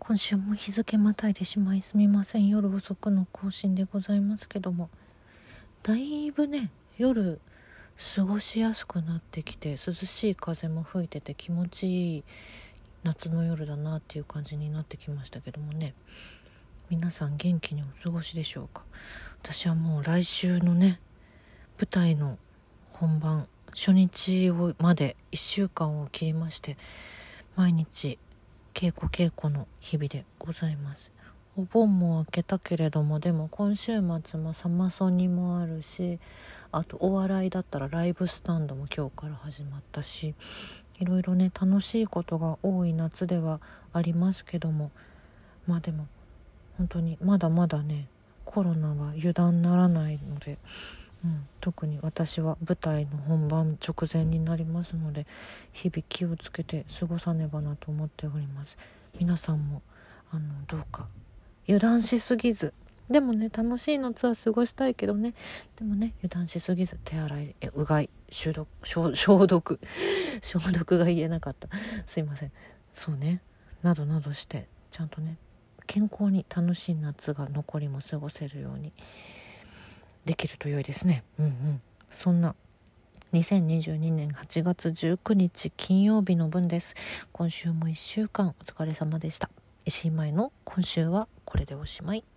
今週も日付またいでしまいすみません。夜遅くの更新でございますけども、だいぶね夜過ごしやすくなってきて、涼しい風も吹いてて気持ちいい夏の夜だなっていう感じになってきましたけどもね、皆さん元気にお過ごしでしょうか。私はもう来週のね舞台の本番初日まで1週間を切りまして、毎日稽古の日々でございます。お盆も明けたけれども、でも今週末もサマソニもあるし、あとお笑いだったらライブスタンドも今日から始まったし、いろいろね楽しいことが多い夏ではありますけども、でも本当にまだまだねコロナは油断ならないので、特に私は舞台の本番直前になりますので、日々気をつけて過ごさねばなと思っております。皆さんもどうか油断しすぎず、でもね楽しい夏は過ごしたいけどね、でもね油断しすぎず、手洗いうがい消毒が言えなかった、すいません。そうね、などなどしてちゃんとね健康に楽しい夏が残りも過ごせるようにできると良いですね。そんな2022年8月19日金曜日の分です。今週も1週間お疲れ様でした。石井舞の今週はこれでおしまい。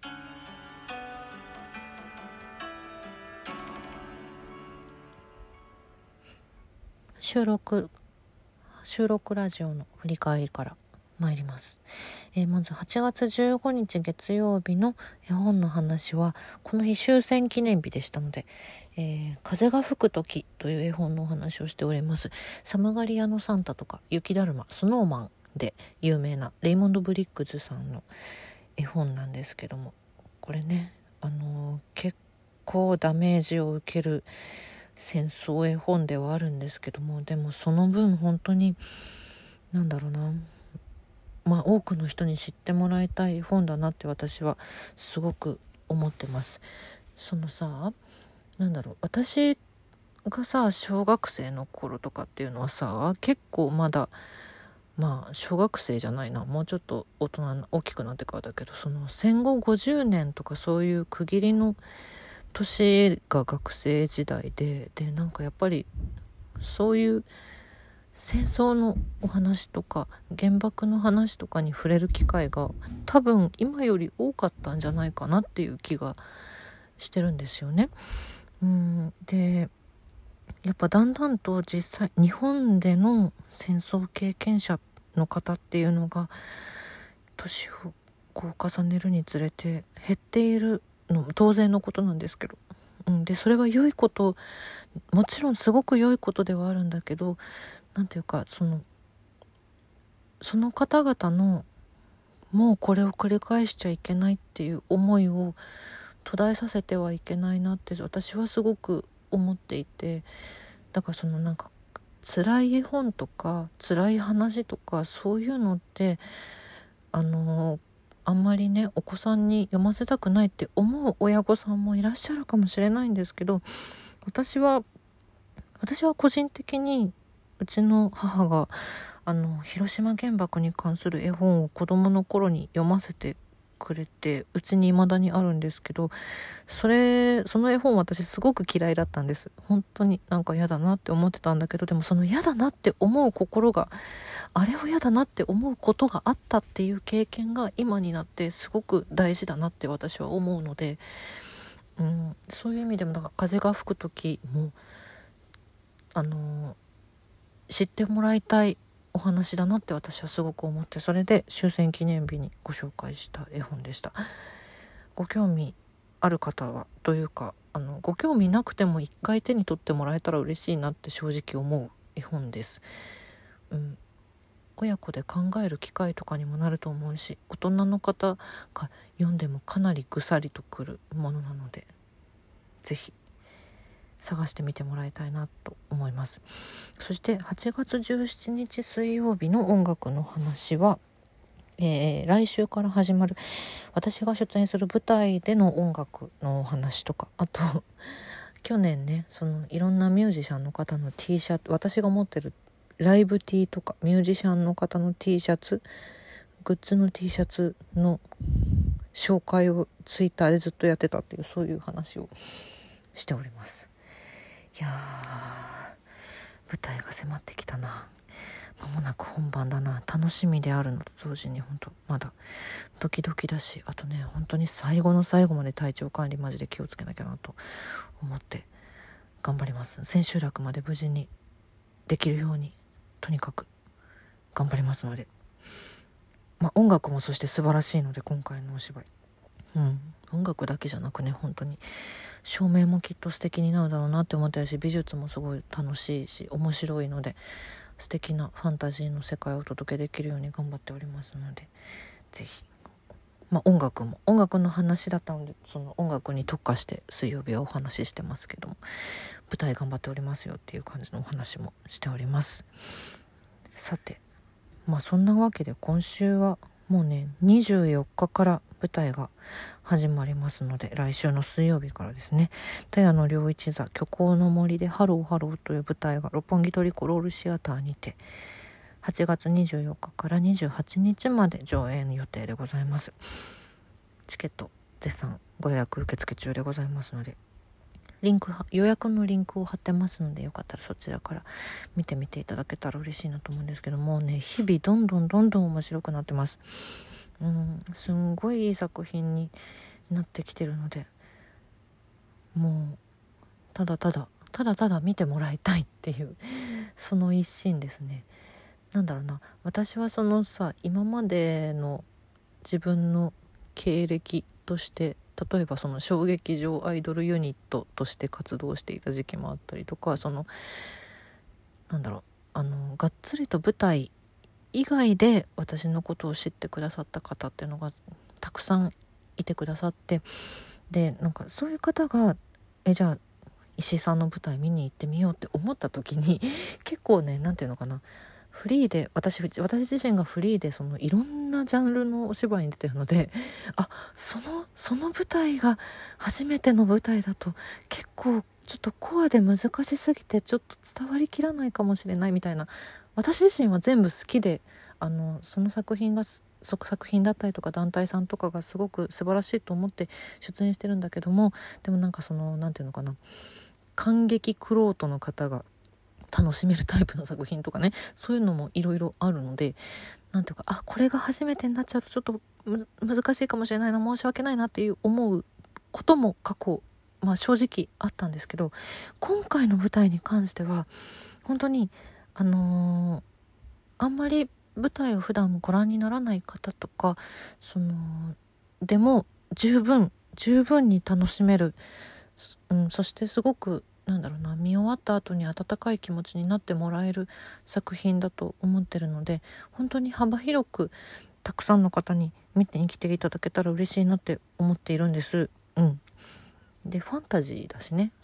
収録ラジオの振り返りから参ります。まず8月15日月曜日の絵本の話は、この日終戦記念日でしたので、風が吹く時という絵本のお話をしております。寒がり屋のサンタとか雪だるま、スノーマンで有名なレイモンド・ブリッグズさんの絵本なんですけども、これね結構ダメージを受ける戦争絵本ではあるんですけども、でもその分本当に多くの人に知ってもらいたい絵本だなって私はすごく思ってます。私が小学生の頃とかっていうのは結構まだ小学生じゃないな、もうちょっと大きくなってからだけど、その戦後50年とかそういう区切りの年が学生時代でやっぱりそういう戦争のお話とか原爆の話とかに触れる機会が多分今より多かったんじゃないかなっていう気がしてるんですよね。でやっぱだんだんと実際日本での戦争経験者の方っていうのが年を重ねるにつれて減っているの当然のことなんですけど、でそれは良いこと、もちろんすごく良いことではあるんだけど、その方々のもうこれを繰り返しちゃいけないっていう思いを途絶えさせてはいけないなって私はすごく思っていて、だから辛い絵本とか辛い話とかそういうのってあんまりねお子さんに読ませたくないって思う親御さんもいらっしゃるかもしれないんですけど、私は個人的にうちの母が広島原爆に関する絵本を子供の頃に読ませてくれて、うちに未だにあるんですけど、その絵本私すごく嫌いだったんです。本当に嫌だなって思ってたんだけど、でもその嫌だなって思う心が、あれを嫌だなって思うことがあったっていう経験が今になってすごく大事だなって私は思うので、そういう意味でも風が吹く時も知ってもらいたいお話だなって私はすごく思って、それで終戦記念日にご紹介した絵本でした。ご興味ある方はというかご興味なくても一回手に取ってもらえたら嬉しいなって正直思う絵本です。親子で考える機会とかにもなると思うし、大人の方が読んでもかなりぐさりとくるものなので、ぜひ探してみてもらいたいなと思います。そして8月17日水曜日の音楽の話は、来週から始まる私が出演する舞台での音楽のお話とか、あと去年ねいろんなミュージシャンの方の T シャツ、私が持ってるライブ T とかミュージシャンの方の T シャツグッズの T シャツの紹介をツイッターでずっとやってたっていう、そういう話をしております。いや舞台が迫ってきたな。間もなく本番だな。楽しみであるのと同時に本当まだドキドキだし、あとね本当に最後の最後まで体調管理マジで気をつけなきゃなと思って頑張ります。千秋楽まで無事にできるようにとにかく頑張りますので、音楽もそして素晴らしいので今回のお芝居、音楽だけじゃなくね、本当に照明もきっと素敵になるだろうなって思ってるし、美術もすごい楽しいし面白いので、素敵なファンタジーの世界をお届けできるように頑張っておりますので、ぜひ、音楽の話だったので、その音楽に特化して水曜日はお話ししてますけども、舞台頑張っておりますよっていう感じのお話もしております。さて、そんなわけで今週はもうね24日から舞台が始まりますので、来週の水曜日からですね、田谷の良一座虚構の森でハローハローという舞台が六本木トリコロールシアターにて8月24日から28日まで上演予定でございます。チケット絶賛ご予約受付中でございますので、予約のリンクを貼ってますので、よかったらそちらから見てみていただけたら嬉しいなと思うんですけども、ね日々どんどん面白くなってます。すんごいいい作品になってきてるので、もうただただ見てもらいたいっていうその一心ですね。私はその今までの自分の経歴として、例えばその小劇場アイドルユニットとして活動していた時期もあったりとか、がっつりと舞台以外で私のことを知ってくださった方っていうのがたくさんいてくださって、でそういう方がじゃあ石井さんの舞台見に行ってみようって思った時に結構ねフリーで私自身がフリーでそのいろんなジャンルのお芝居に出てるので、その舞台が初めての舞台だと結構ちょっとコアで難しすぎてちょっと伝わりきらないかもしれないみたいな、私自身は全部好きでその作品だったりとか団体さんとかがすごく素晴らしいと思って出演してるんだけども、でも感激玄人の方が楽しめるタイプの作品とかね、そういうのもいろいろあるので、これが初めてになっちゃうとちょっと難しいかもしれないな、申し訳ないなっていう思うことも過去正直あったんですけど、今回の舞台に関しては本当にあんまり舞台を普段ご覧にならない方とかでも十分に楽しめる、そしてすごく見終わった後に温かい気持ちになってもらえる作品だと思ってるので、本当に幅広くたくさんの方に見てに来ていただけたら嬉しいなって思っているんです。でファンタジーだしね、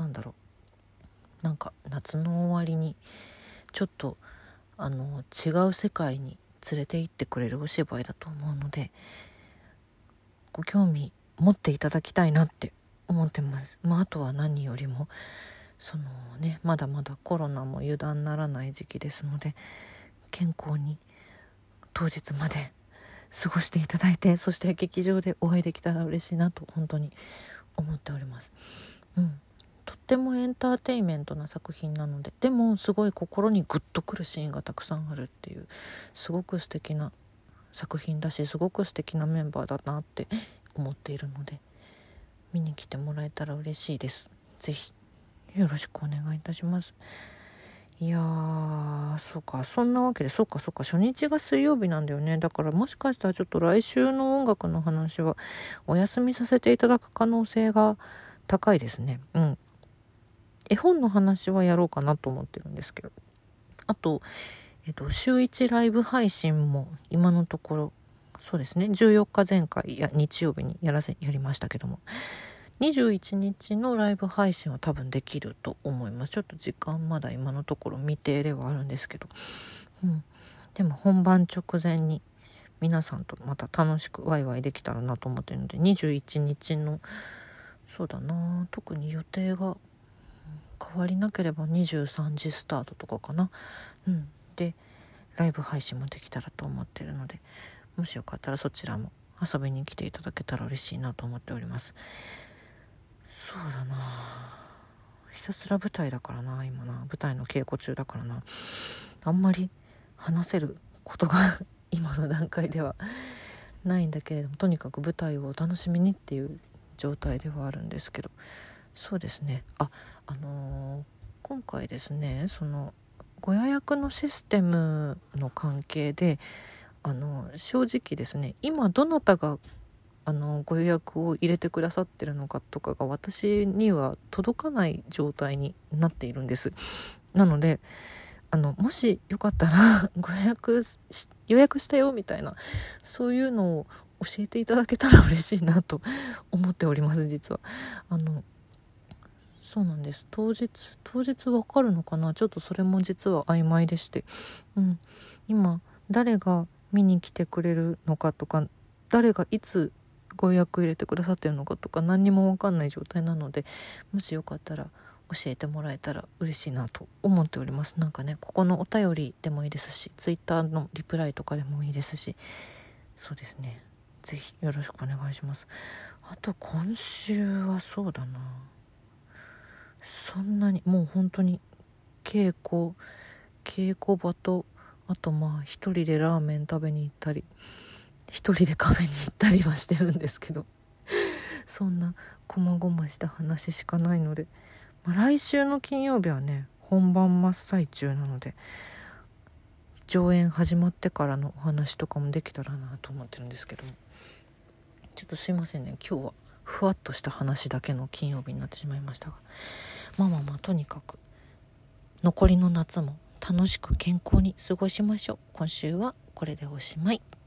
夏の終わりにちょっと違う世界に連れて行ってくれるお芝居だと思うので、ご興味持っていただきたいなって思ってます。あとは何よりもまだまだコロナも油断ならない時期ですので、健康に当日まで過ごしていただいて、そして劇場でお会いできたら嬉しいなと本当に思っております。とってもエンターテインメントな作品なので、でもすごい心にグッとくるシーンがたくさんあるっていう、すごく素敵な作品だし、すごく素敵なメンバーだなって思っているので、見に来てもらえたら嬉しいです。ぜひよろしくお願いいたします。いやー、そんなわけで初日が水曜日なんだよね。だからもしかしたらちょっと来週の音楽の話はお休みさせていただく可能性が高いですね。絵本の話はやろうかなと思ってるんですけど、あと、週1ライブ配信も今のところそうですね、14日前回日曜日にやりましたけども、21日のライブ配信は多分できると思います。ちょっと時間まだ今のところ未定ではあるんですけど、でも本番直前に皆さんとまた楽しくワイワイできたらなと思っているので、21日の特に予定が変わりなければ23時スタートとかかな、でライブ配信もできたらと思っているので、 もしよかったらそちらも遊びに来ていただけたら嬉しいなと思っております。そうだな、ひたすら舞台だからな、今な舞台の稽古中だからな、あんまり話せることが今の段階ではないんだけれども、とにかく舞台をお楽しみにっていう状態ではあるんですけど、そうですね、今回ですね、そのご予約のシステムの関係で正直ですね、今どなたがご予約を入れてくださってるのかとかが私には届かない状態になっているんです。なのでもしよかったら予約したよみたいな、そういうのを教えていただけたら嬉しいなと思っております。実はそうなんです。当日わかるのかな、ちょっとそれも実は曖昧でして、今誰が見に来てくれるのかとか、誰がいつご予約入れてくださってるのかとか何にも分かんない状態なので、もしよかったら教えてもらえたら嬉しいなと思っております。なんかね、ここのお便りでもいいですし、ツイッターのリプライとかでもいいですし、そうですね、ぜひよろしくお願いします。あと今週はそうだな、そんなにもう本当に稽古場と、あと一人でラーメン食べに行ったり一人でカフェに行ったりはしてるんですけどそんな細々した話しかないので、来週の金曜日はね本番真っ最中なので、上演始まってからのお話とかもできたらなと思ってるんですけども、ちょっとすいませんね、今日はふわっとした話だけの金曜日になってしまいましたが、とにかく残りの夏も楽しく健康に過ごしましょう。今週はこれでおしまい。